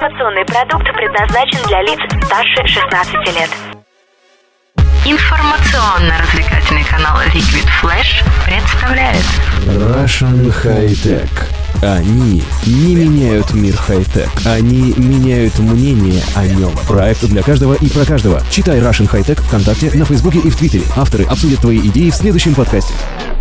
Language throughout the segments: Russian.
Информационный продукт предназначен для лиц старше 16 лет. Информационно-развлекательный канал Liquid Flash представляет Russian High-Tech. Они не меняют мир хай-тек, они меняют мнение о нем. Проект для каждого и про каждого. Читай Russian High-Tech ВКонтакте, на Фейсбуке и в Твиттере. Авторы обсудят твои идеи в следующем подкасте.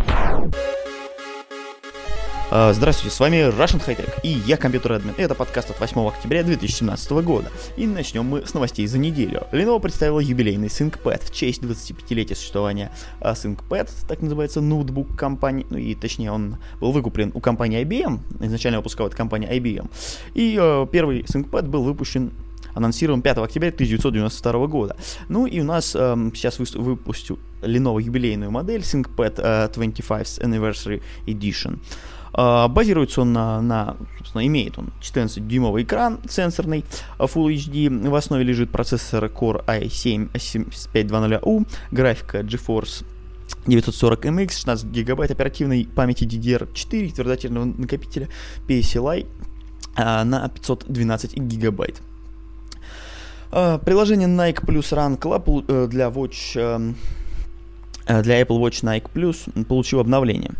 Здравствуйте, с вами Russian High-Tech и я компьютер-админ. Это подкаст от 8 октября 2017 года. И начнем мы с новостей за неделю. Lenovo представила юбилейный ThinkPad в честь 25-летия существования ThinkPad, так называется ноутбук компании, ну и точнее он был выкуплен у компании IBM, изначально выпускала эта компания IBM. И первый ThinkPad был анонсирован 5 октября 1992 года. Ну и у нас сейчас выпустил Lenovo юбилейную модель ThinkPad 25th Anniversary Edition. Базируется он собственно, имеет он 14-дюймовый экран сенсорный Full HD, в основе лежит процессор Core i7-7520U, графика GeForce 940MX, 16 гигабайт оперативной памяти DDR4, твердотельного накопителя PCIe на 512 гигабайт. Приложение Nike Plus Run Club для Apple Watch Nike Plus получило обновление.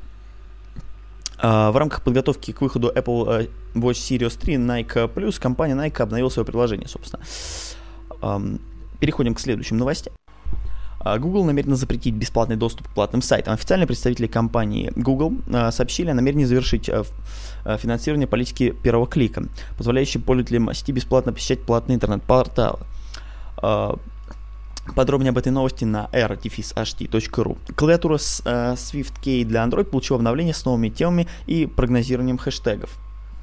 В рамках подготовки к выходу Apple Watch Series 3 Nike Plus компания Nike обновила свое приложение, собственно. Переходим к следующим новостям. Google намерена запретить бесплатный доступ к платным сайтам. Официальные представители компании Google сообщили о намерении завершить финансирование политики первого клика, позволяющей пользователям сети бесплатно посещать платные интернет-порталы. Подробнее об этой новости на r-hd.ru. Клавиатура SwiftKey для Android получила обновление с новыми темами и прогнозированием хэштегов.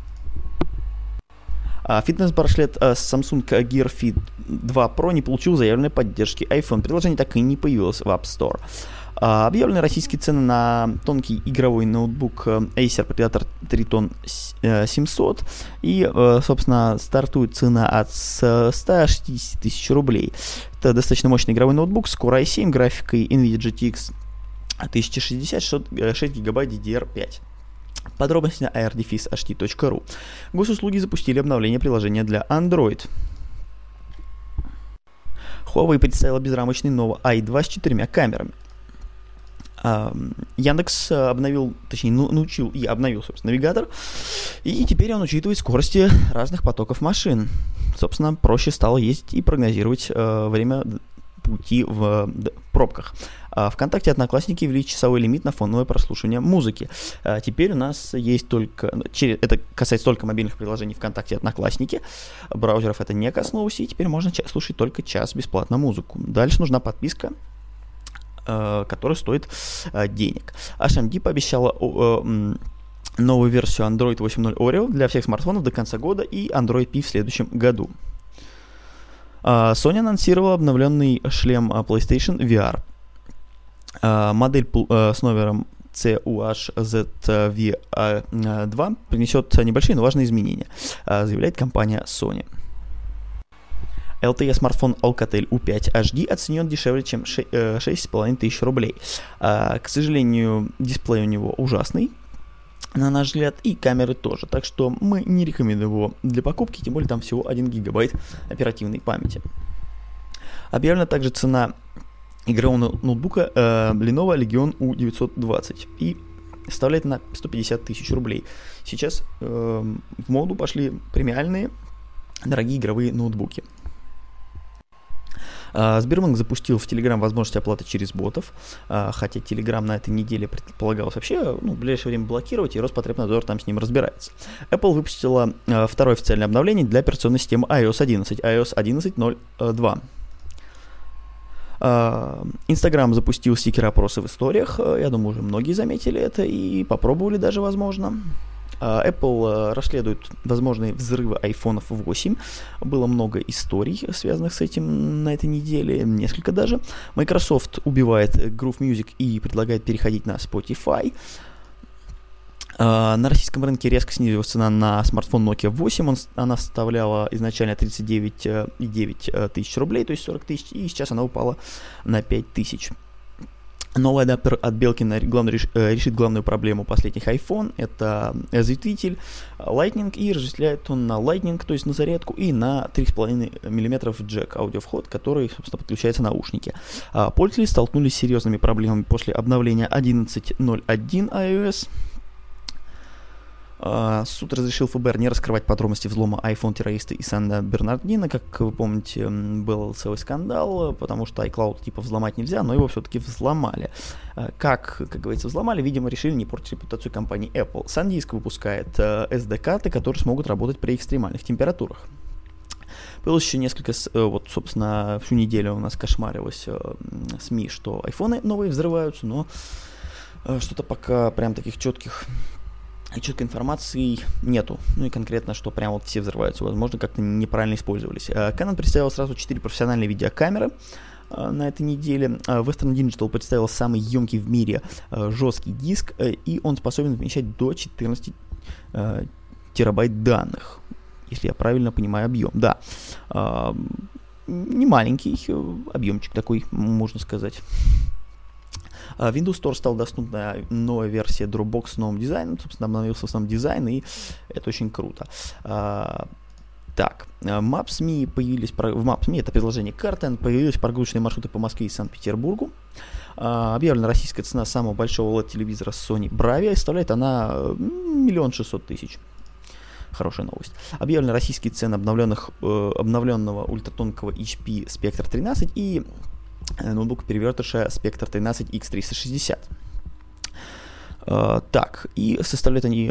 Фитнес-браслет Samsung Gear Fit 2 Pro не получил заявленной поддержки iPhone. Приложение так и не появилось в App Store. Объявлены российские цены на тонкий игровой ноутбук Acer Predator Triton 700. И, собственно, стартует цена от 160 тысяч рублей. Это достаточно мощный игровой ноутбук с Core i7, графикой NVIDIA GTX 1060, 6 гигабайт DDR5. Подробности на r-hd.ru. Госуслуги запустили обновление приложения для Android. Huawei представила безрамочный Nova i2 с 4 камерами. Яндекс научил и обновил, собственно, навигатор, и теперь он учитывает скорости разных потоков машин. Собственно, проще стало ездить и прогнозировать время пути в пробках. ВКонтакте Одноклассники ввели часовой лимит на фоновое прослушивание музыки. Теперь у нас есть это касается только мобильных приложений ВКонтакте Одноклассники. Браузеров это не коснулось, и теперь можно слушать только час бесплатно музыку. Дальше нужна подписка, которая стоит денег. HMD пообещала новую версию Android 8.0 Oreo для всех смартфонов до конца года и Android P в следующем году. Sony анонсировала обновленный шлем PlayStation VR. Модель с номером CUHZV2 принесет небольшие, но важные изменения, заявляет компания Sony. LTE-смартфон Alcatel U5 HD оценен дешевле, чем 6500 рублей. К сожалению, дисплей у него ужасный, на наш взгляд, и камеры тоже. Так что мы не рекомендуем его для покупки, тем более там всего 1 гигабайт оперативной памяти. Объявлена также цена игрового ноутбука Lenovo Legion U920 и составляет на 150 тысяч рублей. Сейчас в моду пошли премиальные дорогие игровые ноутбуки. Сбербанк запустил в Telegram возможность оплаты через ботов, хотя Telegram на этой неделе предполагалось вообще в ближайшее время блокировать, и Роспотребнадзор там с ним разбирается. Apple выпустила второе официальное обновление для операционной системы iOS 11, iOS 11.02. Instagram запустил стикеры-опросы в историях, я думаю, уже многие заметили это и попробовали даже, возможно. Apple расследует возможные взрывы iPhone 8. Было много историй, связанных с этим на этой неделе, несколько даже. Microsoft убивает Groove Music и предлагает переходить на Spotify. На российском рынке резко снизилась цена на смартфон Nokia 8. Она составляла изначально 39,9 тысяч рублей, то есть 40 тысяч, и сейчас она упала на 5 тысяч. Новый адаптер от Belkin решит главную проблему последних iPhone. Это разветвитель Lightning, и разветвляет он на Lightning, то есть на зарядку, и на 3,5 мм джек аудиовход, который, собственно, подключается наушники. Пользователи столкнулись с серьезными проблемами после обновления 11.01 iOS. Суд разрешил ФБР не раскрывать подробности взлома iPhone-террориста из Сан-Бернардино. Как вы помните, был целый скандал, потому что iCloud типа взломать нельзя, но его все-таки взломали. Как говорится, взломали, видимо, решили не портить репутацию компании Apple. SanDisk выпускает SD-карты, которые смогут работать при экстремальных температурах. Появилось еще несколько, вот, собственно, всю неделю у нас кошмарилось СМИ, что айфоны новые взрываются, но что-то пока прям таких четкой информации нету. Ну и конкретно, что прям вот все взрываются. Возможно, как-то неправильно использовались. Canon представил сразу 4 профессиональные видеокамеры на этой неделе. Western Digital представил самый емкий в мире жесткий диск, и он способен вмещать до 14 терабайт данных, если я правильно понимаю объем. Да, не маленький объемчик такой, можно сказать. Windows Store стала доступна новая версия Dropbox с новым дизайном, собственно, обновился сам дизайн, и это очень круто. Так, Maps.me появились, в Maps.me, это приложение карты, появились прогулочные маршруты по Москве и Санкт-Петербургу. Объявлена российская цена самого большого LED-телевизора Sony Bravia, и составляет она 1 600 000. Хорошая новость. Объявлены российские цены обновленного ультратонкого HP Spectre 13 и ноутбук перевертыша Spectre 13 X360. Так, и составляют они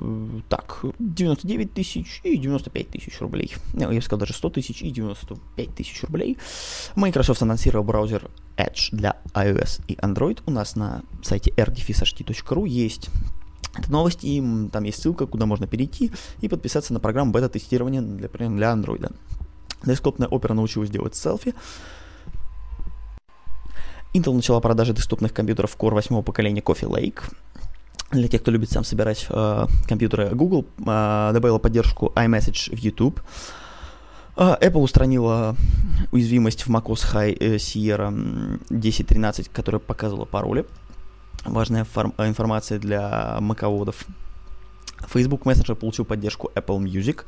99 тысяч и 95 тысяч рублей. Я бы сказал даже 100 тысяч и 95 тысяч рублей. Microsoft анонсировал браузер Edge для iOS и Android. У нас на сайте r-hd.ru есть эта новость, и там есть ссылка, куда можно перейти и подписаться на программу бета-тестирования для Android. Десктопная Opera научилась делать селфи. Intel начала продажи десктопных компьютеров Core 8 поколения Coffee Lake. Для тех, кто любит сам собирать компьютеры, Google добавила поддержку iMessage в YouTube. Apple устранила уязвимость в macOS High Sierra 10.13, которая показывала пароли. Важная информация для маководов. Facebook Messenger получил поддержку Apple Music.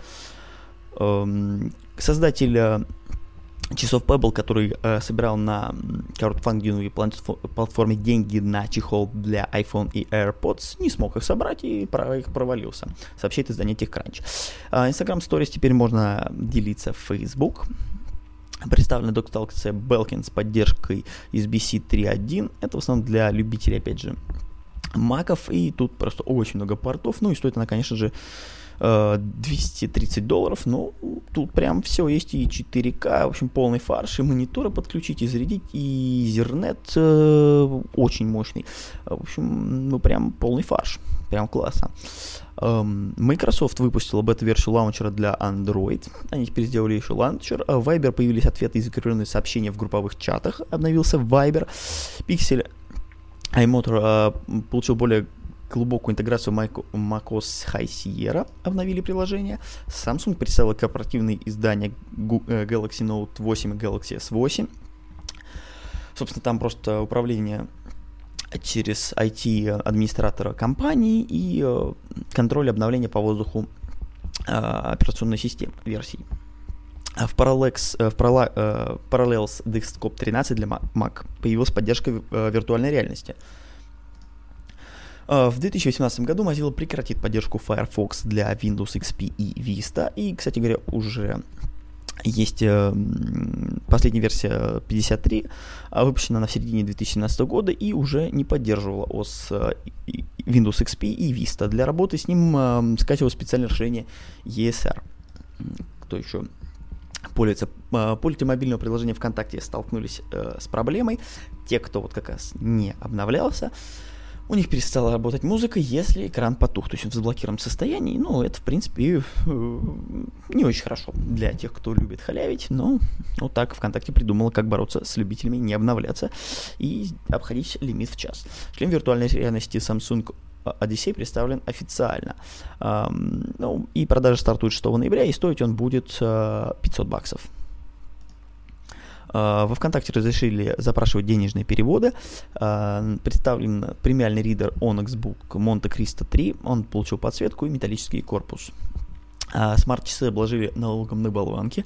Создатель часов Pebble, который собирал на краудфандинговой платформе деньги на чехол для iPhone и AirPods, не смог их собрать и провалился, сообщает издание TechCrunch. Instagram Stories теперь можно делиться в Facebook. Представлена док-станция Belkin с поддержкой USB-C 3.1. Это в основном для любителей, опять же, маков, и тут просто очень много портов. Ну и стоит она, конечно же, $230, но тут прям все есть, и 4К, в общем, полный фарш, и мониторы подключить, и зарядить, и Ethernet очень мощный. В общем, ну прям полный фарш, прям классно. Microsoft выпустила бета-версию лаунчера для Android. Они теперь сделали еще лаунчер. В Viber появились ответы и закрепленные сообщения в групповых чатах. Обновился Viber. Pixel iMotor получил более глубокую интеграцию macOS High Sierra, обновили приложение. Samsung представила корпоративные издания Galaxy Note 8 и Galaxy S8. Собственно, там просто управление через IT-администратора компании и контроль обновления по воздуху операционной системы, версий. В Parallels Desktop 13 для Mac появилась поддержка виртуальной реальности. В 2018 году Mozilla прекратит поддержку Firefox для Windows XP и Vista. И, кстати говоря, уже есть последняя версия 53, выпущена в середине 2017 года и уже не поддерживала ОС Windows XP и Vista. Для работы с ним скачивалось специальное решение ESR. Кто еще пользуется? Пользователи мобильного приложения ВКонтакте столкнулись с проблемой. Те, кто вот как раз не обновлялся, у них перестала работать музыка, если экран потух. То есть он в заблокированном состоянии. Ну, это, в принципе, не очень хорошо для тех, кто любит халявить. Но вот так ВКонтакте придумала, как бороться с любителями не обновляться и обходить лимит в час. Шлем виртуальной реальности Samsung Odyssey представлен официально. Ну, и продажа стартует 6 ноября, и стоить он будет $500. Во ВКонтакте разрешили запрашивать денежные переводы. Представлен премиальный ридер Onyx Book Monte Cristo 3. Он получил подсветку и металлический корпус. Смарт-часы обложили налогом на болванки.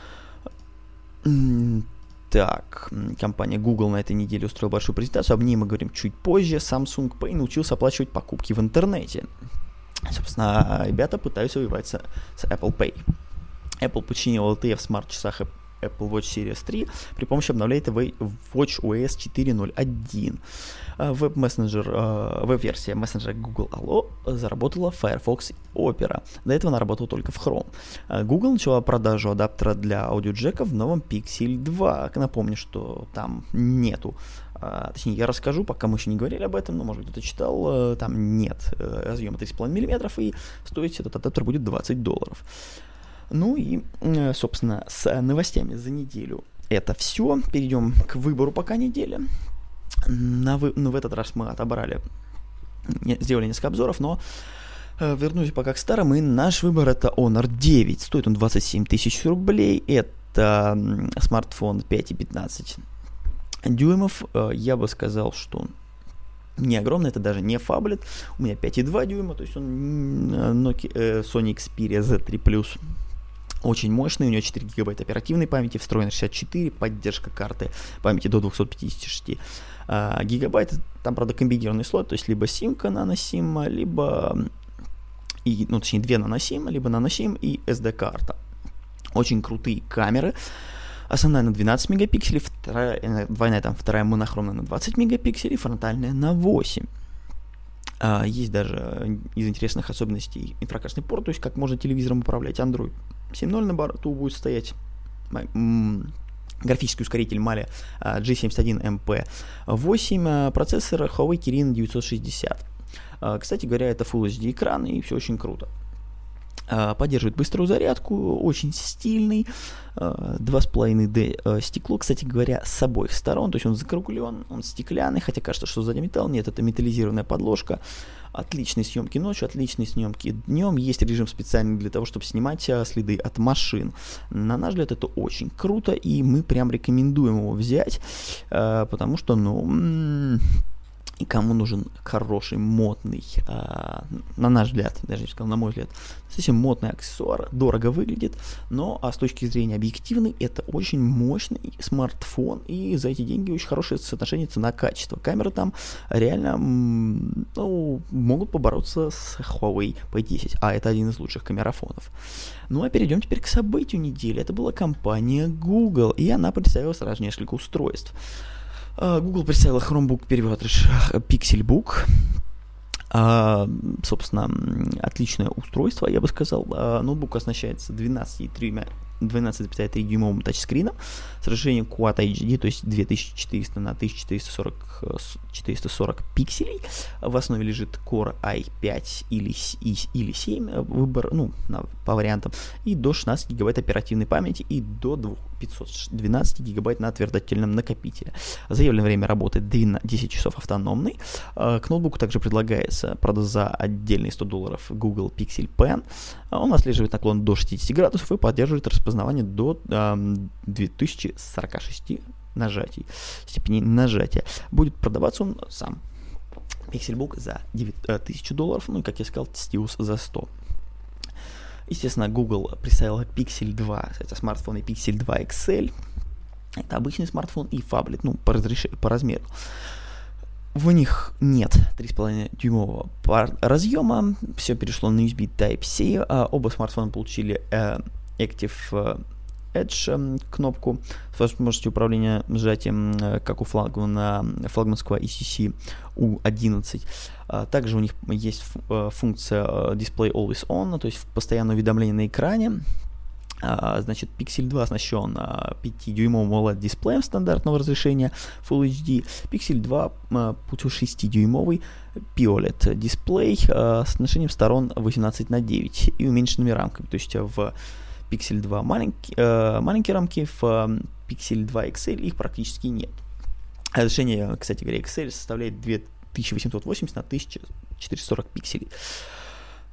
Так, компания Google на этой неделе устроила большую презентацию. Об ней мы говорим чуть позже. Samsung Pay научился оплачивать покупки в интернете. Собственно, ребята пытаются воевать с Apple Pay. Apple починил LTE в смарт-часах Apple Watch Series 3 при помощи обновления WatchOS 4.0.1. Веб-версия мессенджера Google Allo заработала в Firefox Opera. До этого она работала только в Chrome. Google начала продажу адаптера для аудиоджека в новом Pixel 2. Напомню, что там нету. Точнее, я расскажу, пока мы еще не говорили об этом, но, может быть, кто-то читал, там нет разъема 3,5 мм, и стоить этот адаптер будет $20. Ну и, собственно, с новостями за неделю это все. Перейдем к выбору пока недели. В этот раз мы сделали несколько обзоров, но вернусь пока к старым. И наш выбор — это Honor 9. Стоит он 27 тысяч рублей. Это смартфон 5,15 дюймов. Я бы сказал, что он не огромный, это даже не фаблет. У меня 5,2 дюйма, то есть он Sony Xperia Z3 Plus. Очень мощный, у него 4 гигабайта оперативной памяти, встроена 64, поддержка карты памяти до 256 гигабайт. Там, правда, комбинированный слот, то есть либо симка нано-сим, либо, точнее, 2 нано-сим, либо нано-сим и SD-карта. Очень крутые камеры. Основная на 12 мегапикселей, вторая монохромная на 20 мегапикселей, фронтальная на 8. Есть даже из интересных особенностей инфракрасный порт, то есть как можно телевизором управлять. Android 7.0 на борту будет стоять. Графический ускоритель Mali G71MP8, процессор Huawei Kirin 960. Кстати говоря, это Full HD экран, и все очень круто. Поддерживает быструю зарядку, очень стильный, 2,5D стекло, кстати говоря, с обоих сторон, то есть он закруглен, он стеклянный, хотя кажется, что сзади металл, нет, это металлизированная подложка. Отличные съемки ночью, отличные съемки днем, есть режим специальный для того, чтобы снимать следы от машин. На наш взгляд, это очень круто, и мы прям рекомендуем его взять, потому что, и кому нужен хороший, модный, на наш взгляд, даже не сказал, на мой взгляд, совсем модный аксессуар, дорого выглядит, но с точки зрения объективной, это очень мощный смартфон, и за эти деньги очень хорошее соотношение цена-качество. Камеры там реально могут побороться с Huawei P10, а это один из лучших камерафонов. Ну а перейдем теперь к событию недели. Это была компания Google, и она представила сразу несколько устройств. Google представила Chromebook перевертыш Pixelbook. Собственно, отличное устройство, я бы сказал. Ноутбук оснащается 12,3 дюймовым тачскрином с разрешением Quad HD, то есть 2400 на 1440 пикселей. В основе лежит Core i5 или 7, выбор, по вариантам, и до 16 гигабайт оперативной памяти и до 512 гигабайт на твердотельном накопителе. Заявленное время работы 10 часов автономный. К ноутбуку также предлагается, правда, за отдельные $100 Google Pixel Pen. Он отслеживает наклон до 60 градусов и поддерживает распознавание до 2046 степеней нажатия. Будет продаваться он сам, Pixelbook, за $1000, и, как я сказал, Stylus за 100. Естественно, Google представила Pixel 2, это смартфон и Pixel 2 XL. Это обычный смартфон и фаблет, по размеру. В них нет 3,5-дюймового разъема, все перешло на USB Type-C. Оба смартфона получили Active Edge кнопку с возможностью управления сжатием, как у флагманского ECC U11. Также у них есть функция Display Always On, то есть постоянное уведомление на экране. Значит, Pixel 2 оснащен 5-дюймовым OLED-дисплеем стандартного разрешения Full HD. Pixel 2 получил 6-дюймовый POLED-дисплей с отношением сторон 18:9 и уменьшенными рамками. То есть в Pixel 2 маленькие рамки, в Pixel 2 XL их практически нет. Разрешение, кстати говоря, XL составляет 2880 на 1440 пикселей.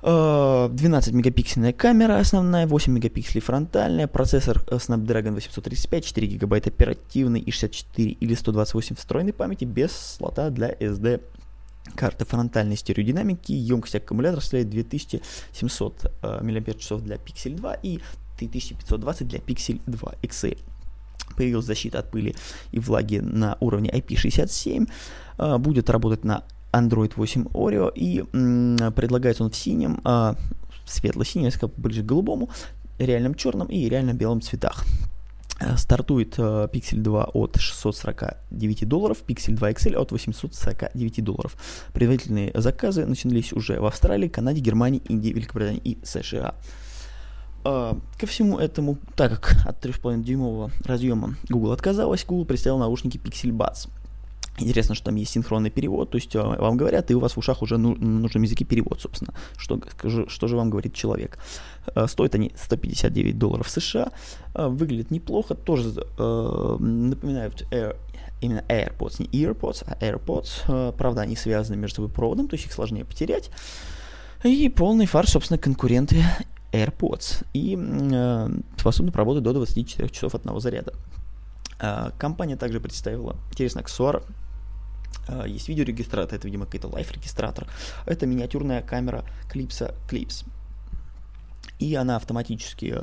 12-мегапиксельная камера основная, 8 мегапикселей фронтальная, процессор Snapdragon 835, 4 гигабайта оперативной и 64 или 128 встроенной памяти без слота для SD. Карта фронтальной стереодинамики, емкость аккумулятора составляет 2700 мАч для Pixel 2 и 3520 для Pixel 2 XL. Появилась защита от пыли и влаги на уровне IP67, будет работать на Android 8 Oreo и предлагается он в синем, светло-синем, ближе к голубому, реальном черном и реально белом цветах. Стартует Pixel 2 от $649, Pixel 2 XL от $849. Предварительные заказы начались уже в Австралии, Канаде, Германии, Индии, Великобритании и США. Ко всему этому, так как от 3,5-дюймового разъема Google отказалась, Google представил наушники Pixel Buds. Интересно, что там есть синхронный перевод, то есть вам говорят, и у вас в ушах уже на нужном языке перевод, собственно. Что же вам говорит человек? Стоят они $159 США, выглядят неплохо, тоже напоминают именно AirPods, не EarPods, а AirPods. Правда, они связаны между собой проводом, то есть их сложнее потерять. И полный фарш, собственно, конкуренты AirPods. И способны работать до 24 часов одного заряда. Компания также представила интересный аксессуар. Есть видеорегистратор, это, видимо, какой-то лайф-регистратор. Это миниатюрная камера Clips. И она автоматически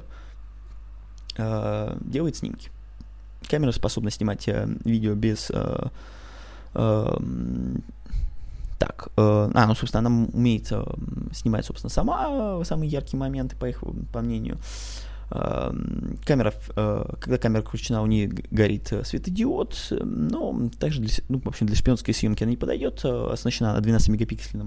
делает снимки. Камера способна снимать видео без... собственно, она умеет снимать, собственно, сама самые яркие моменты, по мнению. Камера, когда камера включена, у нее горит светодиод, но также для шпионской съемки она не подойдет. Оснащена она 12-мегапиксельным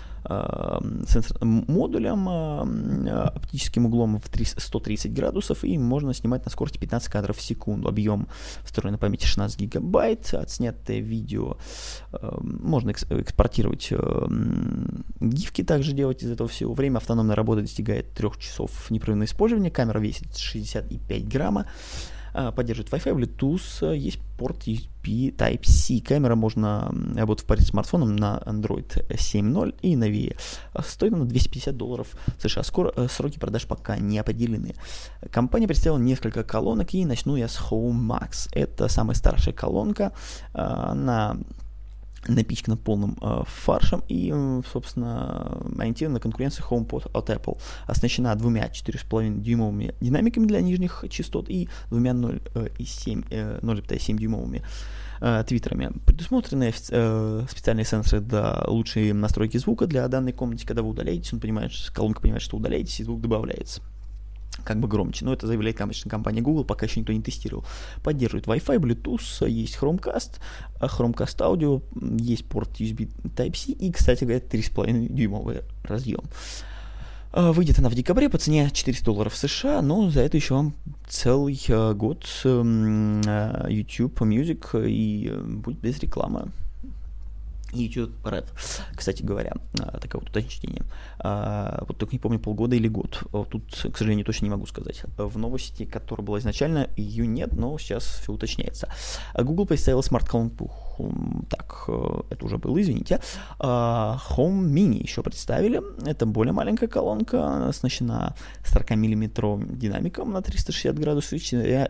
модулем, оптическим углом в 130 градусов, и можно снимать на скорости 15 кадров в секунду. Объем встроенной памяти 16 гигабайт, отснятое видео можно экспортировать, гифки также делать из этого всего. Время автономной работы достигает 3 часов непрерывного использования, камера весит 65 грамма, поддерживает Wi-Fi, Bluetooth, есть порт USB Type-C. Камера можно работать в паре с смартфоном на Android 7.0 и новее. Стоит она $250 США. Сроки продаж пока не определены. Компания представила несколько колонок, и начну я с Home Max. Это самая старшая колонка. Она напичкана полным фаршем и, собственно, ориентирована на конкуренцию HomePod от Apple. Оснащена двумя 4,5-дюймовыми динамиками для нижних частот и двумя 0,7-дюймовыми твиттерами. Предусмотрены специальные сенсоры для лучшей настройки звука для данной комнаты. Когда вы удаляетесь, колонка понимает, что удаляетесь, и звук добавляется как бы громче. Но это заявляет компания Google, пока еще никто не тестировал. Поддерживает Wi-Fi, Bluetooth, есть Chromecast Audio, есть порт USB Type-C и, кстати говоря, 3,5-дюймовый разъем. Выйдет она в декабре по цене $400 США, но за это еще вам целый год YouTube Music и будет без рекламы. YouTube Red, кстати говоря, такое вот уточнение. Вот только не помню, полгода или год. Тут, к сожалению, точно не могу сказать. В новости, которая была изначально, ее нет, но сейчас все уточняется. Google представила смарт-колонку Home. Так, это уже было, извините. Home Mini еще представили. Это более маленькая колонка, оснащена 40-мм динамиком на 360 градусов и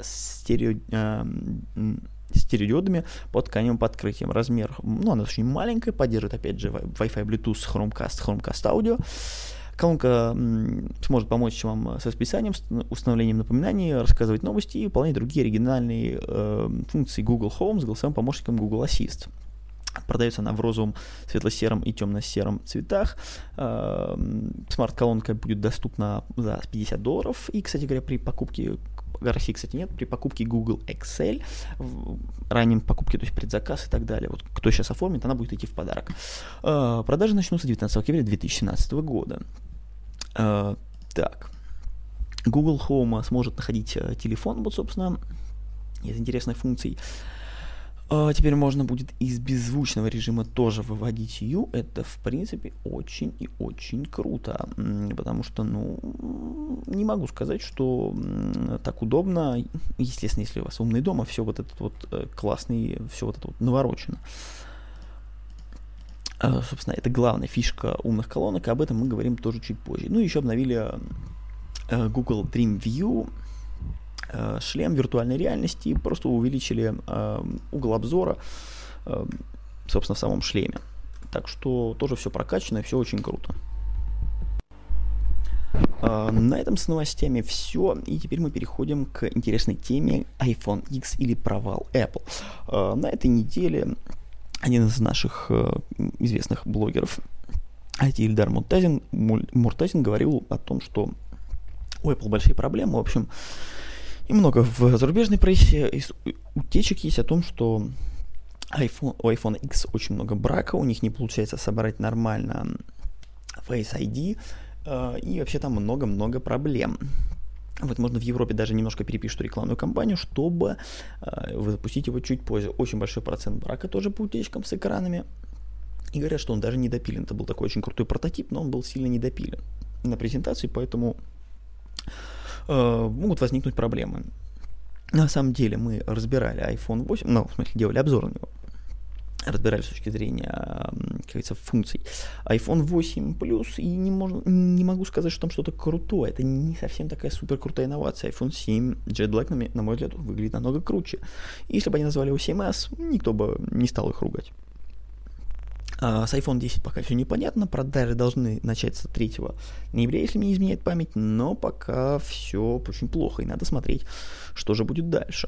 стереодиодами под тканевым подкрытием. Размер, она очень маленькая, поддерживает, опять же, Wi-Fi, Bluetooth, Chromecast Audio. Колонка сможет помочь вам с расписанием, установлением напоминаний, рассказывать новости и выполнять другие оригинальные функции Google Home с голосовым помощником Google Assist. Продается она в розовом, светло-сером и темно-сером цветах. Смарт-колонка будет доступна за $50. И, кстати говоря, при покупке, в России, кстати, нет, при покупке Google XL, в раннем покупке, то есть предзаказ и так далее, вот кто сейчас оформит, она будет идти в подарок. Продажи начнутся 19 октября 2017 года. Так. Google Home сможет находить телефон, вот, собственно, из интересных функций. Теперь можно будет из беззвучного режима тоже выводить ее. Это, в принципе, очень и очень круто. Потому что, не могу сказать, что так удобно. Естественно, если у вас умный дом, а все вот этот вот классный, все вот это вот наворочено. Собственно, это главная фишка умных колонок, об этом мы говорим тоже чуть позже. Ну, еще обновили Google Dream View, шлем виртуальной реальности, просто увеличили угол обзора, собственно, в самом шлеме. Так что тоже все прокачано и все очень круто. На этом с новостями все, и теперь мы переходим к интересной теме iPhone X или провал Apple. На этой неделе один из наших известных блогеров, Ильдар Муртазин, говорил о том, что у Apple большие проблемы. В общем, и много в зарубежной прессе утечек есть о том, что у iPhone X очень много брака, у них не получается собрать нормально Face ID, и вообще там много-много проблем. Возможно, в Европе даже немножко перепишут рекламную кампанию, чтобы запустить его чуть позже. Очень большой процент брака тоже по утечкам с экранами. И говорят, что он даже не допилен. Это был такой очень крутой прототип, но он был сильно недопилен на презентации, поэтому могут возникнуть проблемы. На самом деле мы разбирали iPhone 8, в смысле делали обзор на него. Разбирали с точки зрения, как говорится, функций iPhone 8 Plus, и не могу сказать, что там что-то крутое. Это не совсем такая супер крутая инновация. iPhone 7 Jet Black, на мой взгляд, выглядит намного круче. И если бы они назвали его 7S, никто бы не стал их ругать. С iPhone 10 пока все непонятно, продажи должны начаться 3 ноября, если мне не изменяет память, но пока все очень плохо, и надо смотреть, что же будет дальше.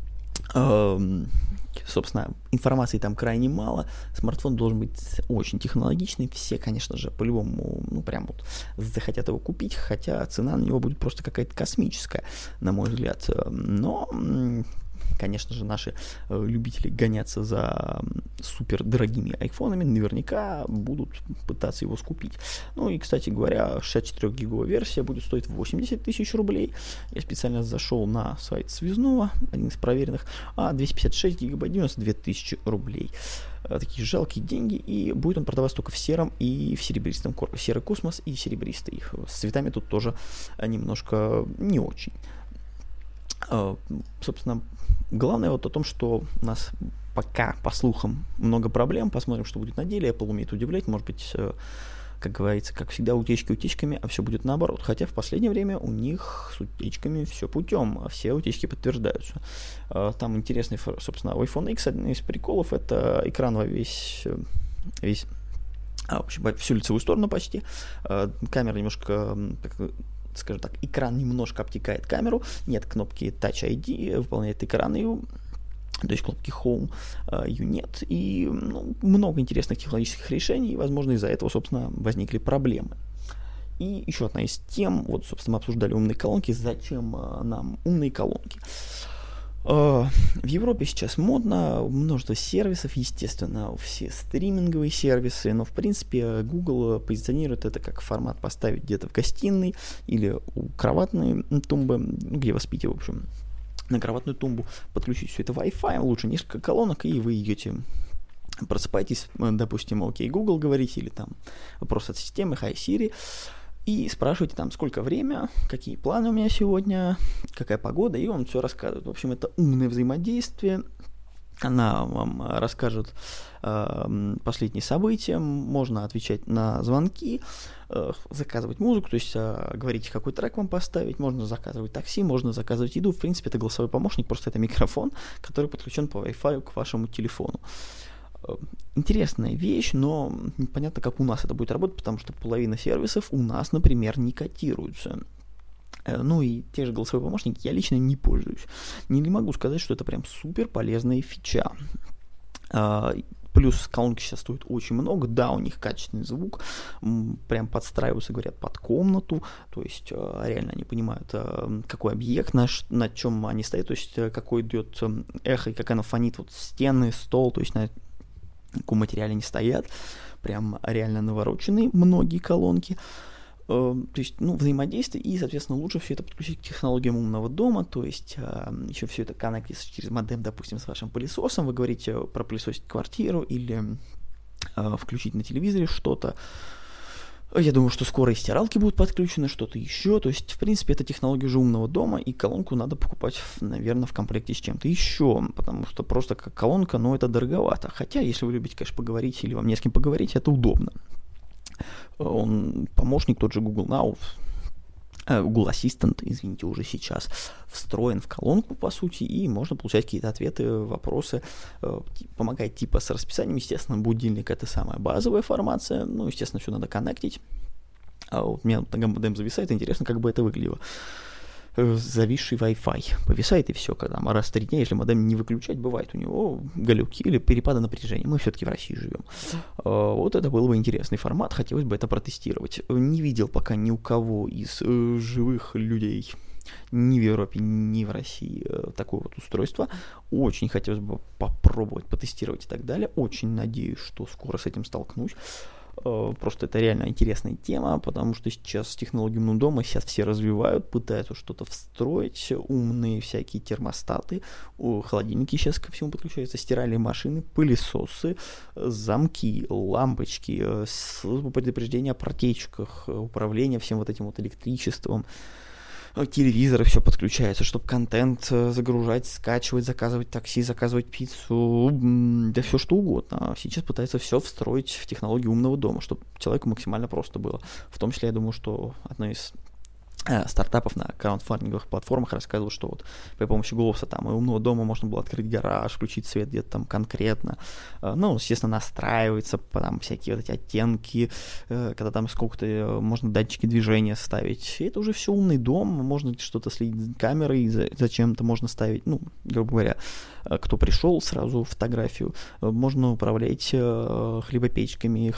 Собственно, информации там крайне мало, смартфон должен быть очень технологичный, все, конечно же, по-любому, прям вот захотят его купить, хотя цена на него будет просто какая-то космическая, на мой взгляд, но... Конечно же, наши любители гоняться за супер дорогими айфонами наверняка будут пытаться его скупить. Ну и, кстати говоря, 64-гиговая версия будет стоить 80 тысяч рублей. Я специально зашел на сайт Связного, один из проверенных, а 256 гигабайт 92 тысячи рублей. Такие жалкие деньги, и будет он продаваться только в сером и в серебристом корпусе. Серый космос и серебристый. С цветами тут тоже немножко не очень. Собственно, главное вот о том, что у нас пока, по слухам, много проблем. Посмотрим, что будет на деле. Apple умеет удивлять. Может быть, как говорится, как всегда, утечки утечками, а все будет наоборот. Хотя в последнее время у них с утечками все путем, а все утечки подтверждаются. Там интересный, собственно, у iPhone X один из приколов — это экран во весь в общем, всю лицевую сторону почти. Камера немножко... скажем так, экран немножко обтекает камеру, нет кнопки Touch ID, выполняет экран ее, то есть кнопки Home ее нет, и много интересных технологических решений, и, возможно, из-за этого, собственно, возникли проблемы. И еще одна из тем, вот, собственно, мы обсуждали умные колонки, зачем нам умные колонки. В Европе сейчас модно, множество сервисов, естественно, все стриминговые сервисы, но в принципе Google позиционирует это как формат поставить где-то в гостиной или у кроватной тумбы, где вы спите, в общем, на кроватную тумбу, подключить все это Wi-Fi, лучше несколько колонок, и вы идете, просыпаетесь, допустим, окей, Google говорите, или там вопрос от системы, Hi Siri, и спрашиваете там, сколько время, какие планы у меня сегодня, какая погода, и он все рассказывает. В общем, это умное взаимодействие. Она вам расскажет последние события, можно отвечать на звонки, заказывать музыку, то есть говорите, какой трек вам поставить, можно заказывать такси, можно заказывать еду. В принципе, это голосовой помощник, просто это микрофон, который подключен по Wi-Fi к вашему телефону. Интересная вещь, но непонятно, как у нас это будет работать, потому что половина сервисов у нас, например, не котируются. Ну и те же голосовые помощники я лично не пользуюсь. Не могу сказать, что это прям супер полезная фича. Плюс колонки сейчас стоят очень много, да, у них качественный звук, прям подстраиваются, говорят, под комнату, то есть реально они понимают, какой объект, на чем они стоят, то есть какой идет эхо, и как оно фонит, вот стены, стол, то есть на каком материале они стоят, прям реально наворочены многие колонки. То есть, взаимодействие, и, соответственно, лучше все это подключить к технологиям умного дома, то есть еще все это коннектится через модем, допустим, с вашим пылесосом, вы говорите пропылесосить квартиру или включить на телевизоре что-то. Я думаю, что скоро и стиралки будут подключены, что-то еще. То есть, в принципе, это технология уже умного дома, и колонку надо покупать, наверное, в комплекте с чем-то еще, потому что просто как колонка, это дороговато. Хотя, если вы любите, конечно, поговорить, или вам не с кем поговорить, это удобно. Он помощник, тот же Google Now, Google Assistant, извините, уже сейчас встроен в колонку, по сути, и можно получать какие-то ответы, вопросы, помогает типа с расписанием. Естественно, будильник — это самая базовая формация, естественно, все надо коннектить. А вот у меня модем зависает, интересно, как бы это выглядело. Зависший Wi-Fi повисает, и все, когда раз в 3 дня, если модем не выключать, бывает у него глюки или перепады напряжения. Мы все-таки в России живем. Вот это был бы интересный формат, хотелось бы это протестировать. Не видел пока ни у кого из живых людей ни в Европе, ни в России такое вот устройство. Очень хотелось бы попробовать, потестировать и так далее. Очень надеюсь, что скоро с этим столкнусь. Просто это реально интересная тема, потому что сейчас технологии умного дома сейчас все развивают, пытаются что-то встроить, умные всякие термостаты, холодильники сейчас ко всему подключаются, стиральные машины, пылесосы, замки, лампочки, служба предупреждения о протечках, управление всем вот этим вот электричеством, телевизоры, все подключается, чтобы контент загружать, скачивать, заказывать такси, заказывать пиццу, да все что угодно. Сейчас пытаются все встроить в технологию умного дома, чтобы человеку максимально просто было. В том числе, я думаю, что одно из стартапов на краундфандинговых платформах рассказывал, что вот при помощи голоса там и умного дома можно было открыть гараж, включить свет где-то там конкретно. Естественно, настраивается, там всякие вот эти оттенки, когда там сколько-то можно датчики движения ставить. И это уже все умный дом, можно что-то следить камерой, зачем-то можно ставить, грубо говоря, кто пришел, сразу фотографию. Можно управлять хлебопечками,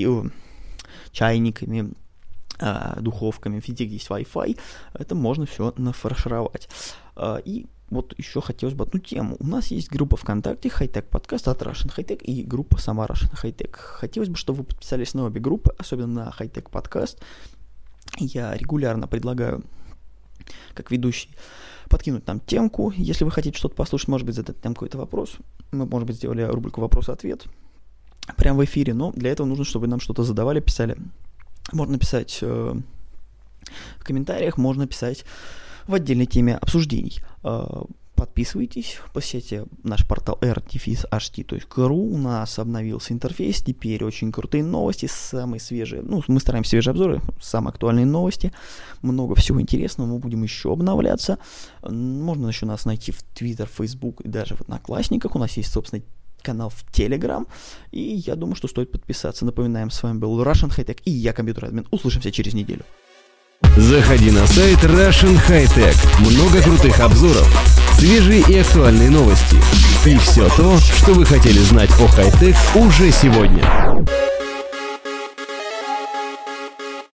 чайниками, духовками, везде, где есть Wi-Fi, это можно все нафаршировать. И вот еще хотелось бы одну тему. У нас есть группа ВКонтакте High-Tech подкаст от Russian High-Tech и группа сама Russian High-Tech. Хотелось бы, чтобы вы подписались на обе группы, особенно на High-Tech подкаст. Я регулярно предлагаю, как ведущий, подкинуть там темку. Если вы хотите что-то послушать, может быть, задать там какой-то вопрос. Мы, может быть, сделали рубрику «Вопрос-ответ» прямо в эфире, но для этого нужно, чтобы нам что-то задавали, писали. Можно писать в комментариях, можно писать в отдельной теме обсуждений. Подписывайтесь, посещайте наш портал r-ht.ru. У нас обновился интерфейс, теперь очень крутые новости, самые свежие. Мы стараемся свежие обзоры, самые актуальные новости. Много всего интересного, мы будем еще обновляться. Можно еще нас найти в Twitter, Facebook и даже в Одноклассниках. У нас есть, собственно, канал в Telegram, и я думаю, что стоит подписаться. Напоминаем, с вами был Russian High-Tech и я, компьютер-админ. Услышимся через неделю. Заходи на сайт Russian High-Tech. Много крутых обзоров, свежие и актуальные новости. И все то, что вы хотели знать о хай-тек уже сегодня.